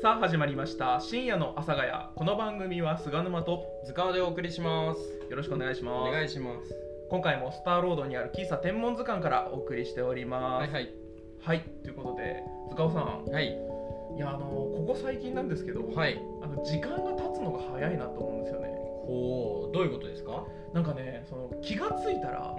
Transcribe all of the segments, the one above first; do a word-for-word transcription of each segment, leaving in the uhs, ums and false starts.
さあ始まりました深夜の阿佐ヶ谷。この番組は菅沼と塚尾でお送りします。 よろしくお願いします。 お願いします。 今回もスターロードにある喫茶天文図鑑からお送りしております。 はいはい、 はい、ということで塚尾さん、 はい、 いやあのここ最近なんですけど、はい、あの時間が経つのが早いなと思うんですよね。 ほう、どういうことですか？ なんかね、その気がついたら、うん、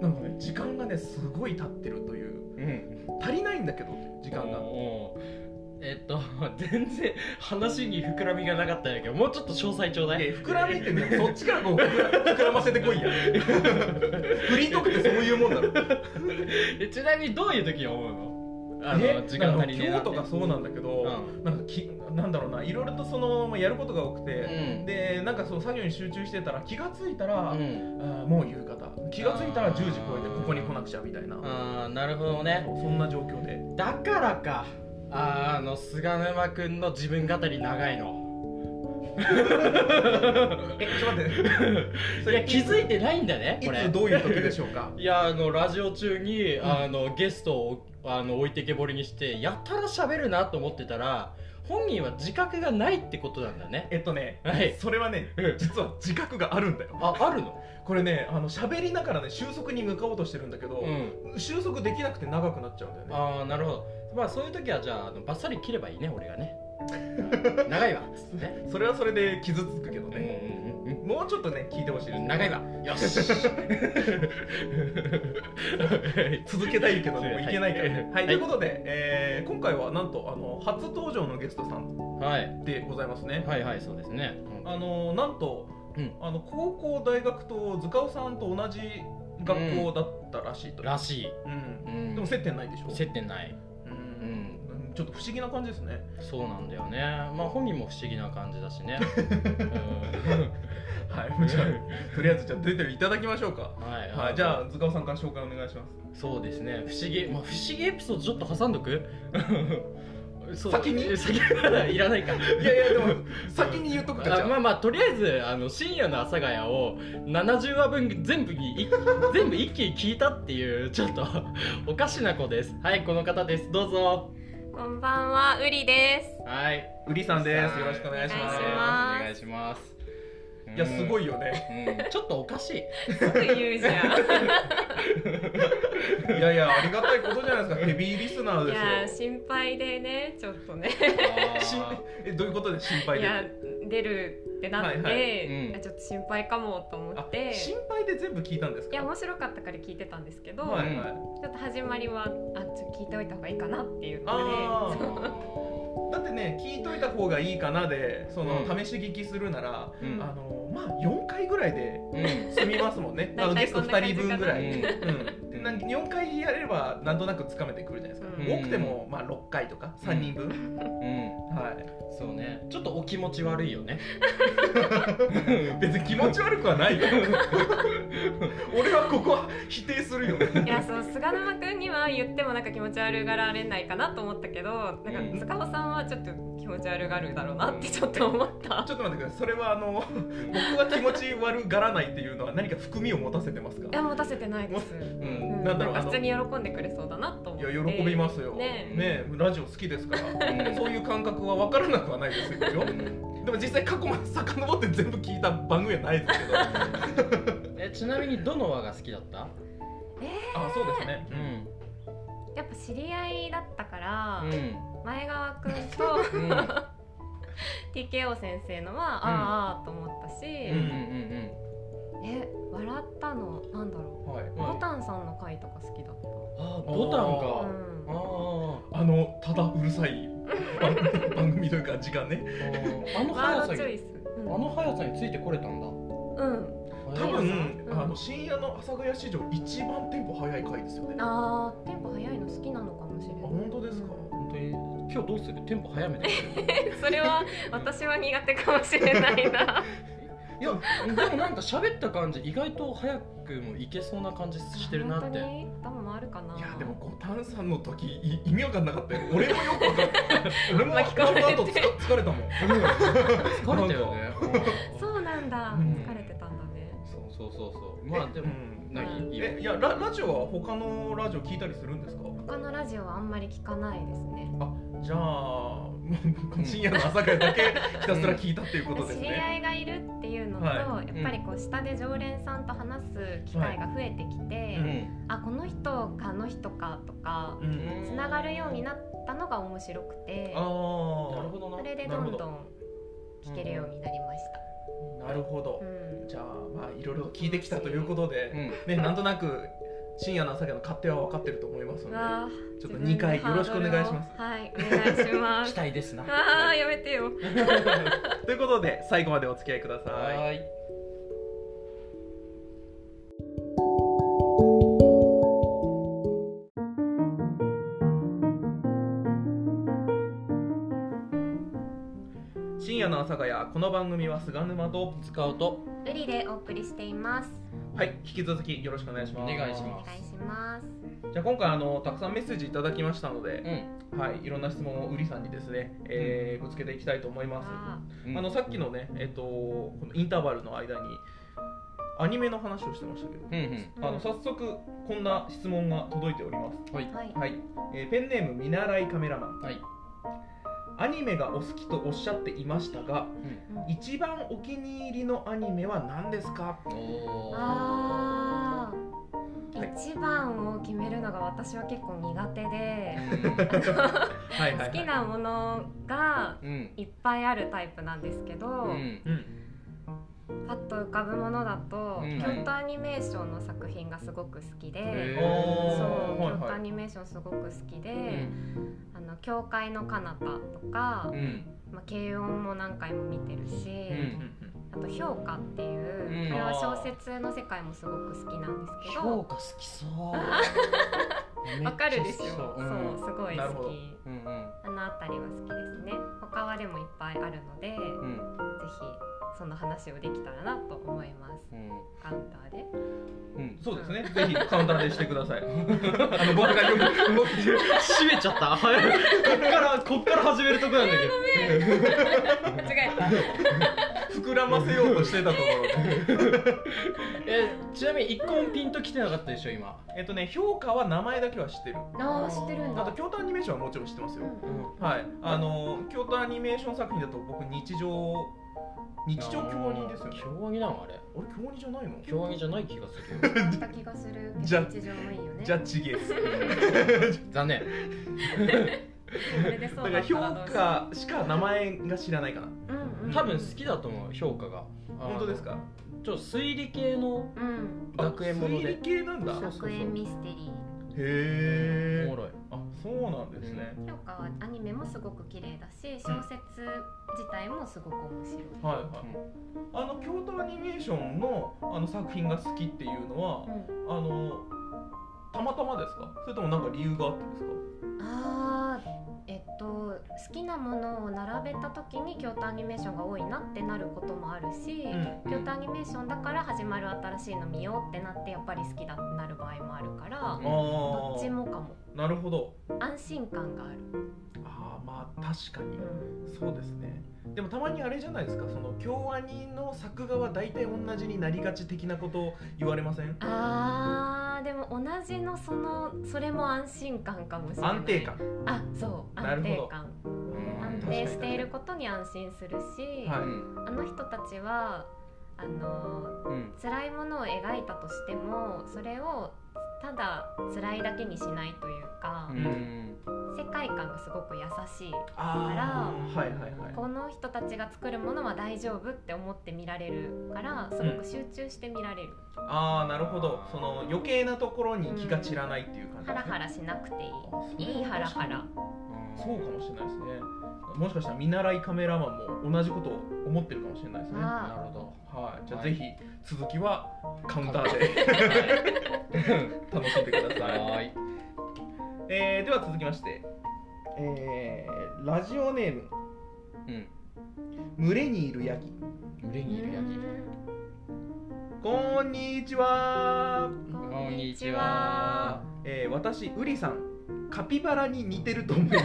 なんかね時間がねすごい経ってるという、うん、足りないんだけど時間が。 えっと全然話に膨らみがなかったんだけど、もうちょっと詳細ちょうだい。 いや膨らみってね、そっちからこう膨らませてこいや。フリートークってそういうもんだろ。 えちなみにどういう時に思うの？あの時間足りねえなって。 今日とかそうなんだけど、うん、なんかきなんだろうな、いろいろとそのやることが多くて、うん、でなんかその作業に集中してたら気がついたら、うん、あもう夕方、気がついたらじゅうじ超えてここに来なくちゃみたいな。 ああ、なるほどね。 そんな状況で。 だからか。あ, あの菅沼くんの自分語り長いの。え、ちょっと待って。 いや気づいてないんだね。これいつどういう時でしょうか？ いやあのラジオ中に、うん、あのゲストをあの置いてけぼりにしてやたら喋るなと思ってたら、本人は自覚がないってことなんだね。 えっとね、 はい、 それはね、実は自覚があるんだよ。 あ、あるの？ これね、あの喋りながらね収束に向かおうとしてるんだけど、うん、収束できなくて長くなっちゃうんだよね。 ああ、なるほど。まあそういう時はじゃあ、あのバッサリ切ればいいね、俺がね。長いわっつってね。 それはそれで傷つくけどね。うんうんうん、もうちょっとね聞いてほしいです、ね。 長いわ。よし。 続けたいけどもういけないからね。はい、はい、ということで、えー、今回はなんとあの初登場のゲストさんでございますね。 はいはい、そうですね。 うん、あのなんと、うん、あの高校大学と塚尾さんと同じ学校だったらしいと。 らしい。 うん。でも接点ないでしょ？ 接点ない。 ちょっと不思議な感じですね。 そうなんだよね。まあ本人も不思議な感じだしね。 はい、じゃあとりあえずじゃあ出ていただきましょうか。はい、はい、じゃあ塚尾さんから紹介お願いします。 そうですね。不思議、まあ不思議エピソードちょっと挟んどく？ 先に先いらないか。 いやいやでも先に言っとくか。じゃあまあまあとりあえずあの深夜の阿佐ヶ谷をななじゅうわぶん全部に全部一気に聞いたっていうちょっとおかしな子です。はい、この方です。どうぞ。 こんばんは、うりです。 はい、 うりさんです。よろしくお願いします。 お願いします。 いや、すごいよね。 うん、ちょっとおかしい。 すぐ言うじゃん。 いやいや、ありがたいことじゃないですか。ヘビーリスナーですよ。 いや、心配でね、ちょっとね。 え、どういうことで心配で？ いや、出るってなって、はいはい、うん、ちょっと心配かもと思って。 心配で全部聞いたんですか？ いや、面白かったから聞いてたんですけど、 はいはい、 ちょっと始まりは、あ、ちょっと聞いておいた方がいいかなっていうので。だってね、聞いといた方がいいかなで、その、うん、試し聞きするなら、うん、あのまあよんかいぐらいで済みますもんね。あのゲストふたりぶんぐらい。うん、よんかいやればなんとなくつかめてくるじゃないですか。うん、多くてもまあろっかいとかさんにんぶん。うん、 はい。そうね。ちょっとお気持ち悪いよね。 別に気持ち悪くはないよ。俺はここは否定するよ。 いや、そう菅沼くんには言ってもなんか気持ち悪がられないかなと思ったけど、なんか塚尾さんはちょっと気持ち悪がるだろうなってちょっと思った。 ちょっと待ってください。それはあの僕は気持ち悪がらないっていうのは何か含みを持たせてますか？ いや、持たせてないです。うん、なんだろう、普通に喜んでくれそうだなと思って。 いや、喜びますよ。ねえ、ラジオ好きですから、そういう感覚は分からなくはないですよ。でも実際過去まで遡って全部聞いた番組はないですけど。 え、ちなみにどの輪が好きだった？ えー、 あ、そうですね。 うん。やっぱ知り合いだったから、うん、前川くんと、うん、ティーケーオー 先生のは、うん、ああと思ったし、うんうんうんうん、え、笑ったのなんだろう、はい、ボタンさんの回とか好きだった。 あ、ボタンか。 うん、ああのただうるさい番組というか時間ね。 あの速さに、うん、あの速さについてこれたんだ。 うん。 多分、うん、あの深夜の阿佐ヶ谷史上一番テンポ速い回ですよね。 ああ、テンポ速いの好きなのかもしれない。あ、 本当ですか？ うん、本当に今日どうする？テンポ速めで。 それは私は苦手かもしれないな。 いや、でもなんか喋った感じ意外と早くもいけそうな感じしてるなって。 本当に頭回るかな。 いやでもこう炭酸の時意味わかんなかったよ。俺もよくわかんない。俺も巻き込まれて疲れたもん。 疲れたよね。 そうなんだ。疲れてたんだね。 そうそそうそうそうまあでも、うん、何えいや ラ, ラジオは他のラジオ聞いたりするんですか？ 他のラジオはあんまり聞かないですね。 あじゃあ深夜の朝会だけひたすら聞いたっていうことですね。 知り合いがいるっていうのと、はい、やっぱりこう下で常連さんと話す機会が増えてきて、はいうん、あこの人かあの人かとか、うん、つながるようになったのが面白くて、 あなるほどな。 それでどんどん聞けるようになりました。 なるほど、うん、じゃあまあいろいろ聞いてきたということで、うんね、なんとなく深夜の朝会の勝手は分かと思いますので、ちょっとにかいよろしくお願いします。 はい、お願いします。 期待ですな。 ああ、やめてよ。 ということで最後までお付き合いください。はい。深夜の朝会、この番組は菅沼と使うとウリでお送りしています。 はい、引き続きよろしくお願いします。 お願いします。 お願いします。 じゃあ今回あのたくさんメッセージいただきましたので、うん、はい、いろんな質問をウリさんにですね、えー、ぶつけていきたいと思います。うん、あのさっきのね、えっとこのインターバルの間にアニメの話をしてましたけど、うんうん、あの早速こんな質問が届いております。はい、はい、えー、ペンネーム見習いカメラマン。はい。アニメがお好きとおっしゃっていましたが、うん、一番お気に入りのアニメは何ですか？ あー、はい、一番を決めるのが私は結構苦手で好きなものがいっぱいあるタイプなんですけど、うんうんパッと浮かぶものだと、うん、京都アニメーションの作品がすごく好きで、そう京都アニメーションすごく好きで、うん、あの教会の彼方とか、うんまあ、軽音も何回も見てるし、うん、あと評価っていう、うん、これは小説の世界もすごく好きなんですけど、 評価好きそうわかるでしょ、うん、そうすごい好き、うんうん、あのあたりは好きですね。他はでもいっぱいあるので、うん、ぜひその話をできたらなと思います、うん、カウンターで、 うん、そうですね、うん、ぜひカウンターでしてください。あの僕がよく動きで閉めちゃった。こっからこっから始めるとこなんだけど、 間違えた。膨らませようとしてたところでえちなみに一個もピンときてなかったでしょ今。 えっとね評価は名前だけは知ってる。 ああ知ってるんだ。 あと京都アニメーションはもちろん知ってますよ、うん、はい。あの京都アニメーション作品だと僕日常日常京アニですよね。 京アニなのあれ？ あれ京アニじゃないの？ 京アニじゃない気がするよ。 した気がするけど日常もいいよね。 じゃあちげえす。 残念。 だから評価しか名前が知らないかな。 うんうん、多分好きだと思う評価が。 本当ですか？ ちょっと推理系の学園もので。 推理系なんだ。 学園ミステリー。 へえ。 おもろい。 あ、そうなんですね。 評価はアニメもすごく綺麗だし、小説自体もすごく面白い。 はいはい。あの京都アニメーションのあの作品が好きっていうのは、うん、あのたまたまですか？それともなんか理由があってですか？ あー、えっと好きなものを並べた時に京都アニメーションが多いなってなることもあるし、うん、京都アニメーションだから始まる新しいの見ようってなってやっぱり好きだってなる場合もあるから、うん、どっちもかも。 なるほど。 安心感がある。 ああまあ確かに、うん、そうですね。でもたまにあれじゃないですか、その京アニの作画は大体同じになりがち的なことを言われません？ あーでも同じのそのそれも安心感かもしれない。 安定感。 あそう安定感。安定していることに安心するし、はい、あの人たちはあの、うん、辛いものを描いたとしてもそれをただ辛いだけにしないというか、うん、世界観がすごく優しいから、はいはいはい、この人たちが作るものは大丈夫って思って見られるからすごく集中して見られる、 うん、ああなるほど。その余計なところに気が散らないっていう感じ、ね、 うん、ハラハラしなくていいいいハラハラ。 そうかもしれないですね。もしかしたら見習いカメラマンも同じことを思ってるかもしれないですね。 なるほど。はい。じゃあぜひ続きはカウンターで楽しんでください。はい。えー、では続きまして、えー、ラジオネーム、うん、群れにいるヤギ。 群れにいるヤギ。 こんにちは。 こんにちは。 えー、私ウリさん。カピバラに似てると思います。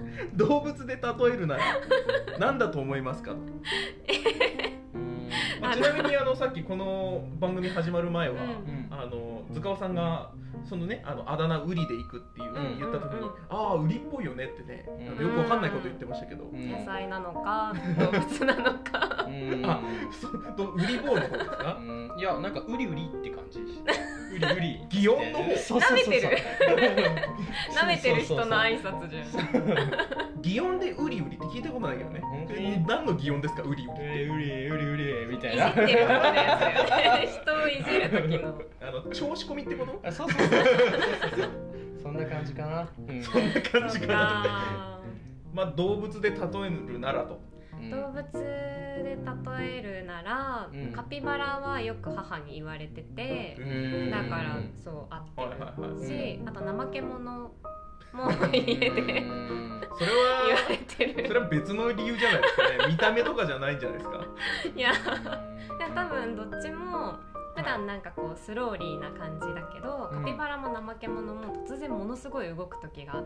動物で例えるなら何だと思いますか？ まあ、 ちなみにあのさっきこの番組始まる前は、うん、あの塚尾さんがそのねあのあだ名売りで行くっていう風に言った時に、うんうんうん、ああ売りっぽいよねってね、うん、よくわかんないこと言ってましたけど、 うん、野菜なのか動物なのか、 うん、あそ売り棒の方ですか、 うん、いやなんか売り売りって感じ売り売り擬音の方舐めてる舐めてる人の挨拶じゃん擬音で売り売りって聞いたことないけどね、何の擬音ですか売り売りって、 えー、売り売り売りみたいな、 いじってる方のやつよね人をいじる時のあの調子込みってこと、 あそうそうそうそうそうそんな感じかな、 うん、そんな感じかなまあ動物で例えるならと、 うん、動物で例えるなら、うん、カピバラはよく母に言われてて、うん、だからそう合ってる、はいはいはい、し、うん、あと怠け者も家でそれは言われてるそれは別の理由じゃないですかね見た目とかじゃないんじゃないですかいや多分どっちも普段なんかこうスローリーな感じだけど、うん、カピバラも怠け者も突然ものすごい動く時があって、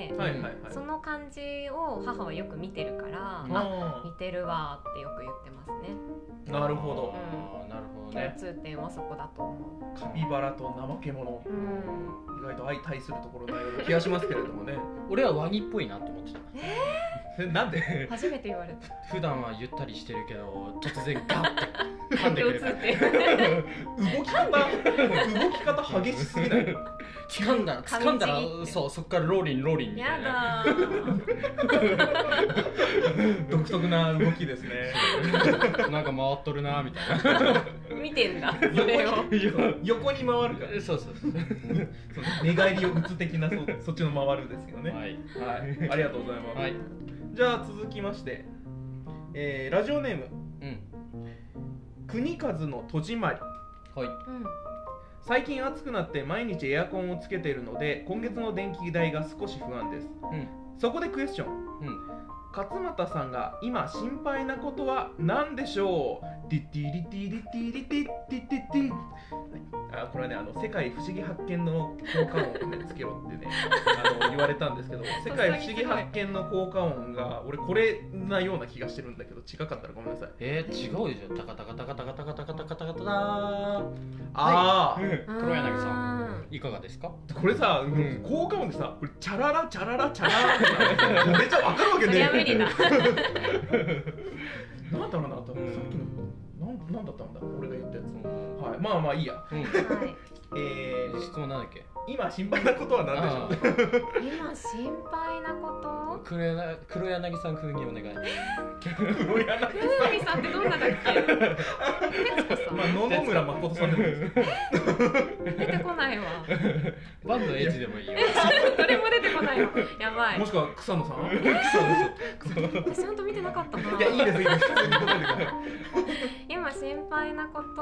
はいはいはい、 その感じを母はよく見てるから、うん、あ似てるわってよく言ってますね。 なるほど、 うん、なるほどね、共通点はそこだと思う。 カピバラと怠け者、うん、意外と相対するところのような気がしますけれどもね俺はワニっぽいなって思ってた。 えー、 なんで初めて言われた。 普段はゆったりしてるけど突然ガッて噛んでくるから動き方動き方激しすぎない掴んだら掴んだらそうそっからローリンローリンみたいな。 やだ独特な動きですねなんか回っとるなみたいな見てんだそれを横に回るから。 そうそうそう寝返りを打つ的な そ, そっちの回るですよね。 はい、 はい、ありがとうございます、はい、じゃあ続きまして、えー、ラジオネーム、うん、国和の戸締まり、 はい、 最近暑くなって毎日エアコンをつけているので今月の電気代が少し不安です、うん、そこでクエスチョン、うん、勝俣さんが今心配なことは何でしょう。ティッティリティリティリティティティティ、あこれはねあの世界不思議発見の効果音を、ね、つけろってねあの言われたんですけど世界不思議発見の効果音が俺これなような気がしてるんだけど違かったらごめんなさい。 えー、違うでしょ。タカタカタカタカタカタカタカタカターああ、 はい、黒柳さんいかがですか。 これさ、うん、効果音でさこれチャララチャララチャララめっちゃ分かるわけねえ。 無理だなんだろうなと、うん、さっきのなんなんだったんだ俺が言ったやつ、うん、はい、まあまあいいや、うん、えー、 質問なんだっけ。 今心配なことは何でしょう今心配なこと黒柳、黒柳さん風にお願い黒柳さん黒柳さんってどんなだっけ徹子さん、 まあ、野々村誠さんでもいいです出てこないわバンド H でもいいよどれも出てこないわやばい。 もしくは草野さんちゃんと見てなかったな。 いやいいですいいです普通に答えてください今心配なこと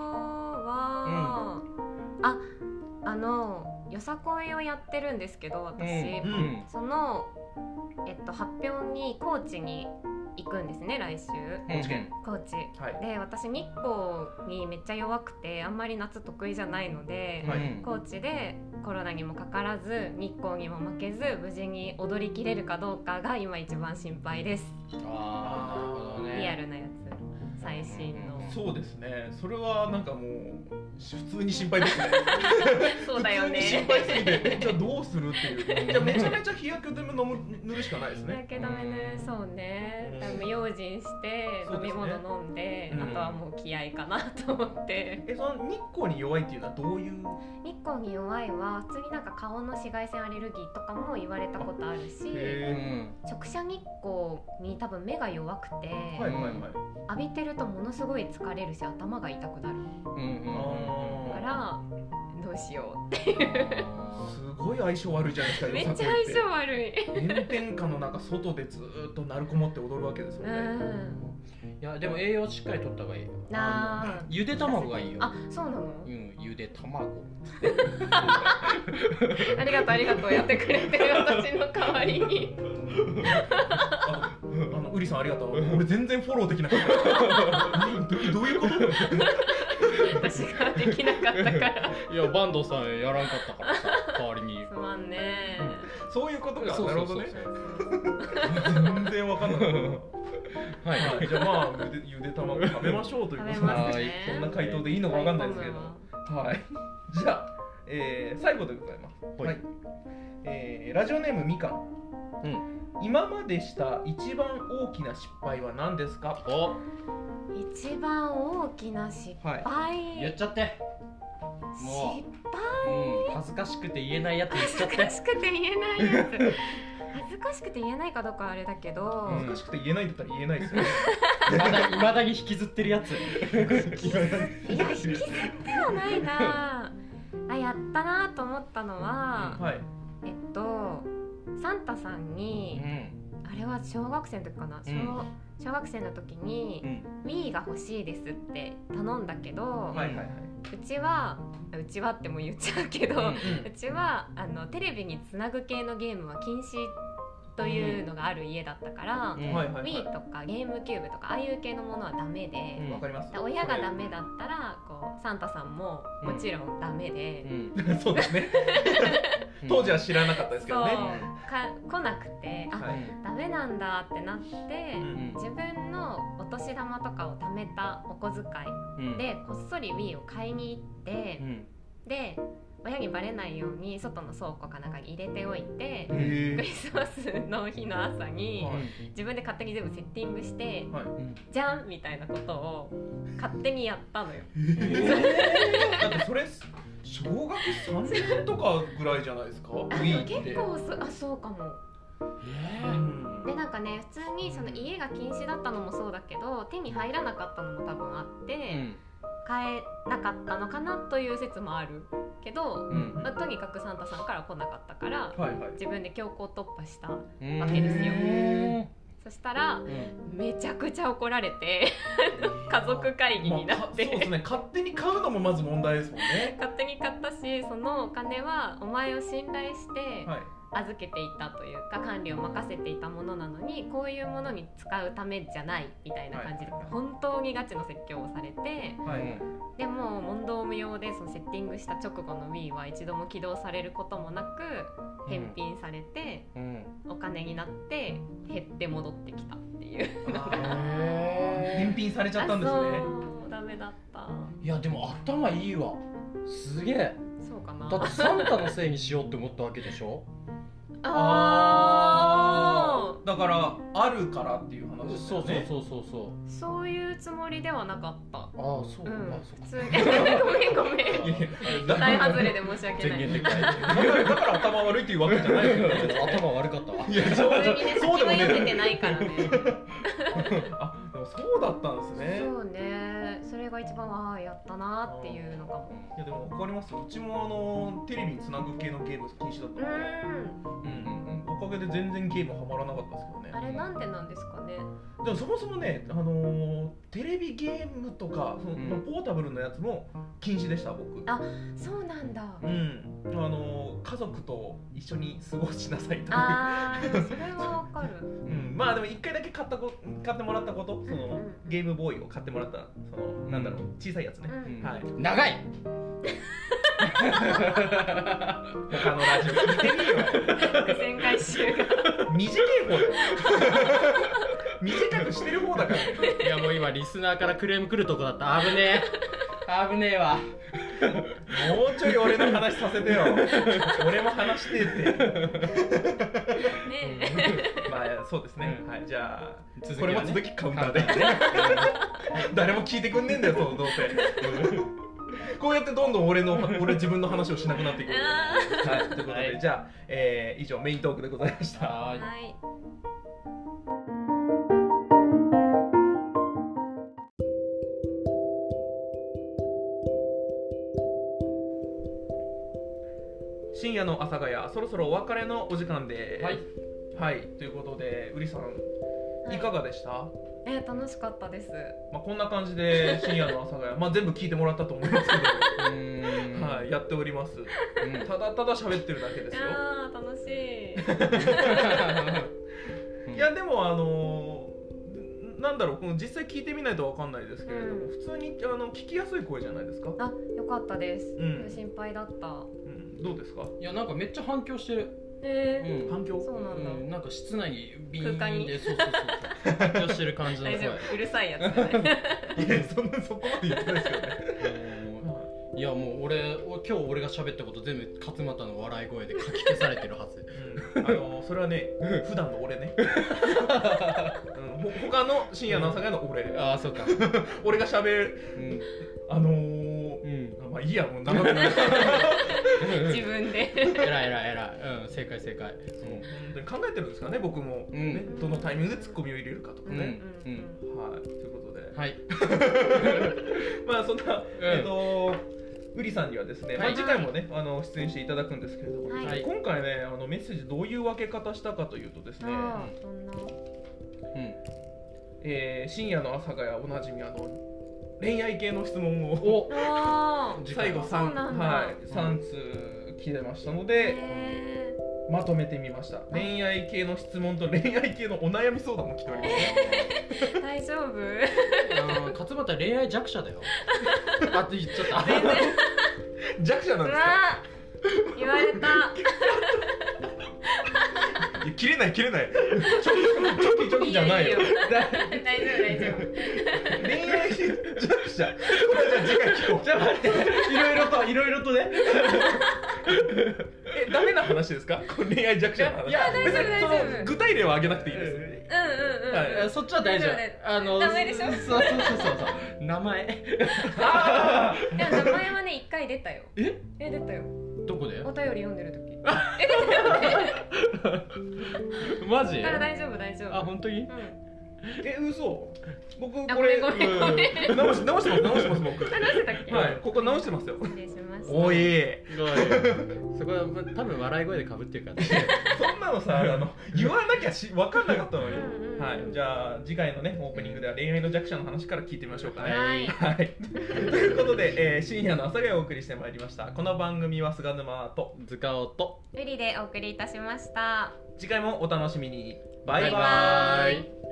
は、うん、ああのよさこいをやってるんですけど私、うんうん、その、えっと、発表に高知に行くんですね来週。 高知県高知、はい、で私日光にめっちゃ弱くてあんまり夏得意じゃないので、はい、高知でコロナにもかからず日光にも負けず無事に踊りきれるかどうかが今一番心配です。 あーなるほどね。 リアルなやつ最新の。 そうですね。それはなんかもう普通に心配ですねそうだよね。 普通に心配すぎてじゃあどうするっていう。じゃあめちゃめちゃ日焼け止め飲む塗るしかないですね。 日焼け止めね、そうね。多分用心して飲み物飲んで、あとはもう気合いかなと思って。 え、その日光に弱いっていうのはどういう？ 日光に弱いは普通になんか顔の紫外線アレルギーとかも言われたことあるし、直射日光に多分目が弱くて、はいはいはい、浴びてるとものすごい疲れるし頭が痛くなる、うんうん、だからどうしようっていうすごい相性悪いじゃないですか。 めっちゃ相性悪い。 炎天下の中外でずっと鳴るこもって踊るわけですよね、うん、 いやでも栄養しっかりとった方がいい。あゆで卵がいいよ。 あ、そうなの？ うん、ゆで卵ありがとうありがとうやってくれて私の代わりにあのウリさんありがとう。俺全然フォローできなかったど, どういうこと私ができなかったからいやバンドさんやらんかったからさ代わりにすまんね、 うん、そういうことか。なるほどね。全然わかんなかったはい、はい、じゃあまあゆでゆで卵食べましょうということで、ね、そんな回答でいいのかわかんないですけど、はい、じゃあ、えー、最後でございます。はい、えー、ラジオネームみかん。うん、今までした一番大きな失敗は何ですか？ お、一番大きな失敗、はい、 言っちゃって。 もう失敗、 うん、恥ずかしくて言えないやつ言っちゃって。 恥ずかしくて言えないやつ恥ずかしくて言えないかどうかあれだけど、 恥ずかしくて言えないんだったら言えないですよね。 いまだ, 未だに引きずってるやつ。いや引きずってはないなあ。やったなと思ったのは、はい、えっとサンタさんに、うん、あれは小学生の時かな、うん、小, 小学生の時に、うん、Wii が欲しいですって頼んだけど、はいはいはい、うちはうちはっても言っちゃうけど、うんうん、うちはあのテレビにつなぐ系のゲームは禁止というのがある家だったから、うん、Wii とかゲームキューブとかああいう系のものはダメで、うん、親がダメだったらこうサンタさんももちろんダメで、 うんうん、そうですね。当時は知らなかったですけどね。 か来なくて、あ、はい、ダメなんだってなって、うん、自分のお年玉とかを貯めたお小遣いで、うん、こっそり Wii を買いに行って、うん、で親にバレないように外の倉庫かなんかに入れておいて、クリスマスの日の朝に自分で勝手に全部セッティングして、はい、じゃんみたいなことを勝手にやったのよ。 だってそれ小学さんねんとかぐらいじゃないですか。 結構そ、あ、そうかも。えー、でなんかね、普通にその家が禁止だったのもそうだけど手に入らなかったのも多分あって、うん、買えなかったのかなという説もあるけど、うんまあ、とにかくサンタさんから来なかったから、はいはい、自分で強行突破したわけですよ。そしたら、うん、めちゃくちゃ怒られて家族会議になって、 まあ、そうですね、勝手に買うのもまず問題ですもんね。 勝手に買ったし、そのお金はお前を信頼して預けていたというか管理を任せていたものなのに、こういうものに使うためじゃないみたいな感じで、はい、本当にガチの説教をされて、はい、でも問答無用でそのセッティングした直後の Wii は一度も起動されることもなく返品されて、うんうん、お金になって減って戻ってきたっていうのが返品されちゃったんですね。 そうダメだった。 いやでも頭いいわ、すげえ。 そうかな。 だってサンタのせいにしようって思ったわけでしょ。 ああ、だからあるからっていう話ですよね。 そうそうそうそうそういうつもりではなかった。ああ、 そうか、うん、あ、そうか。 ごめんごめん。大外れで申し訳ない。 だからだから頭悪いっていうわけじゃないですよ。 頭悪かったわ。 いや、そうでもね。そうでもね。読めてないからね。 あ、でもそうだったんですね。 そうね。それが一番ああやったなっていうのかも。 いやでもわかります。うちもあのテレビにつなぐ系のゲーム禁止だったので。うんうんうん。おかげで全然ゲームハマらなかったですけどね。 あれなんでなんですかね。 でもそもそもね、あのー、テレビゲームとかその、うん、ポータブルのやつも禁止でした僕。 あ、そうなんだ。 うん。あのー、家族と一緒に過ごしなさいという。 ああ、それはわかる。 うん。まあでも一回だけ買ったこ買ってもらったこと、その、うんうん、ゲームボーイを買ってもらったその、うん、なんだろう、小さいやつね。うん、はい。 長い。 他のラジオ聞いてみよ。 伏線回収が短い方だよ。短くしてる方だから。 いやもう今リスナーからクレーム来るとこだった。危ねえ危ねえわ。 もうちょい俺の話させてよ。俺も話してって。ねえ。まあそうですね。はい、じゃあ続き、ね、これも続きカウンターで。誰も聞いてくんねえんだよ、そうどうせ。こうやってどんどん俺の俺自分の話をしなくなっていく。はい、ということで、はい、じゃあ、えー、以上メイントークでございました。はい。深夜の阿佐ヶ谷、そろそろお別れのお時間です。はい。はい、ということで、うりさん、いかがでした？はい、 えー、楽しかったです。 まあ、こんな感じで深夜の阿佐ヶ谷、まあ全部聞いてもらったと思いますけど、はい、やっております。うん、ただただ喋ってるだけですよ。 あー、楽しい。いやでもあのー、なんだろう、この実際聞いてみないとわかんないですけれども、うん、普通にあの聞きやすい声じゃないですか。 あ、よかったです。うん、心配だった。 うん、どうですか？ いやなんかめっちゃ反響してる。 えーうん、反響そうなんだ、 うん、なんか室内ビーン空間にでそうそうそう発表してる感じの声。 大丈夫、うるさいやつじゃないいやそんなそこまで言ってないですけどねいやもう俺今日俺が喋ったこと全部勝俣の笑い声でかき消されてるはず、 うん、あのそれはね普段の俺ね、うん、ほ他の深夜の朝がの俺、うん、 ああそうか俺が喋る、うん、あのー、うん、まあいいやもう長くなる自分でえらいえらいえらい、うん、正解正解、 うん、考えてるんですかね僕も、うん、ね、どのタイミングでツッコミを入れるかとかね、うんうん、はい、ということではいまあそんな、えっとウリさんにはですね、はい、まあ、次回もねあの出演していただくんですけれども、はい、今回ねあのメッセージどういう分け方したかというとですね、 そんな、うん、 えー、深夜の朝がやおなじみあの恋愛系の質問を最後 さん, はい、さん通来てましたのでまとめてみました。恋愛系の質問と恋愛系のお悩み相談も来ております、 ね、大丈夫？ 勝俣恋愛弱者だよあって言っちゃった弱者なんですか？ 言われたいや切れない切れないチョキチョキチョキじゃないよ大丈夫大丈夫恋愛弱者これじゃあ次回聞こう。 じゃあ待っていろいろといろいろとねえダメな話ですか恋愛弱者の話？ いや大丈夫大丈夫、 具体例は挙げなくていいです。 うんうんうん、 はい、そっちは大丈夫。あの名前でしょ？ そうそうそうそう名前ああいや名前はね一回出たよ。 ええ出たよ。 どこで？ お便り読んでる時え出たよねマジ？ だから大丈夫大丈夫。 あ本当に？うん、 え嘘？僕これごめんごめん直し直してます直してます僕。 直してたっけ？ はいここ直してますよ。 失礼しました。 おいそこは多分笑い声で被ってるから、ね、 そんなのさあの言わなきゃし分かんなかったのにはい、じゃあ次回のねオープニングでは恋愛の弱者の話から聞いてみましょうかね。 はい、 はい、ということで、えー、深夜の朝がお送りしてまいりました。この番組は菅沼と塚尾とウリでお送りいたしました。 次回もお楽しみに。バイバイ。 バイバイ。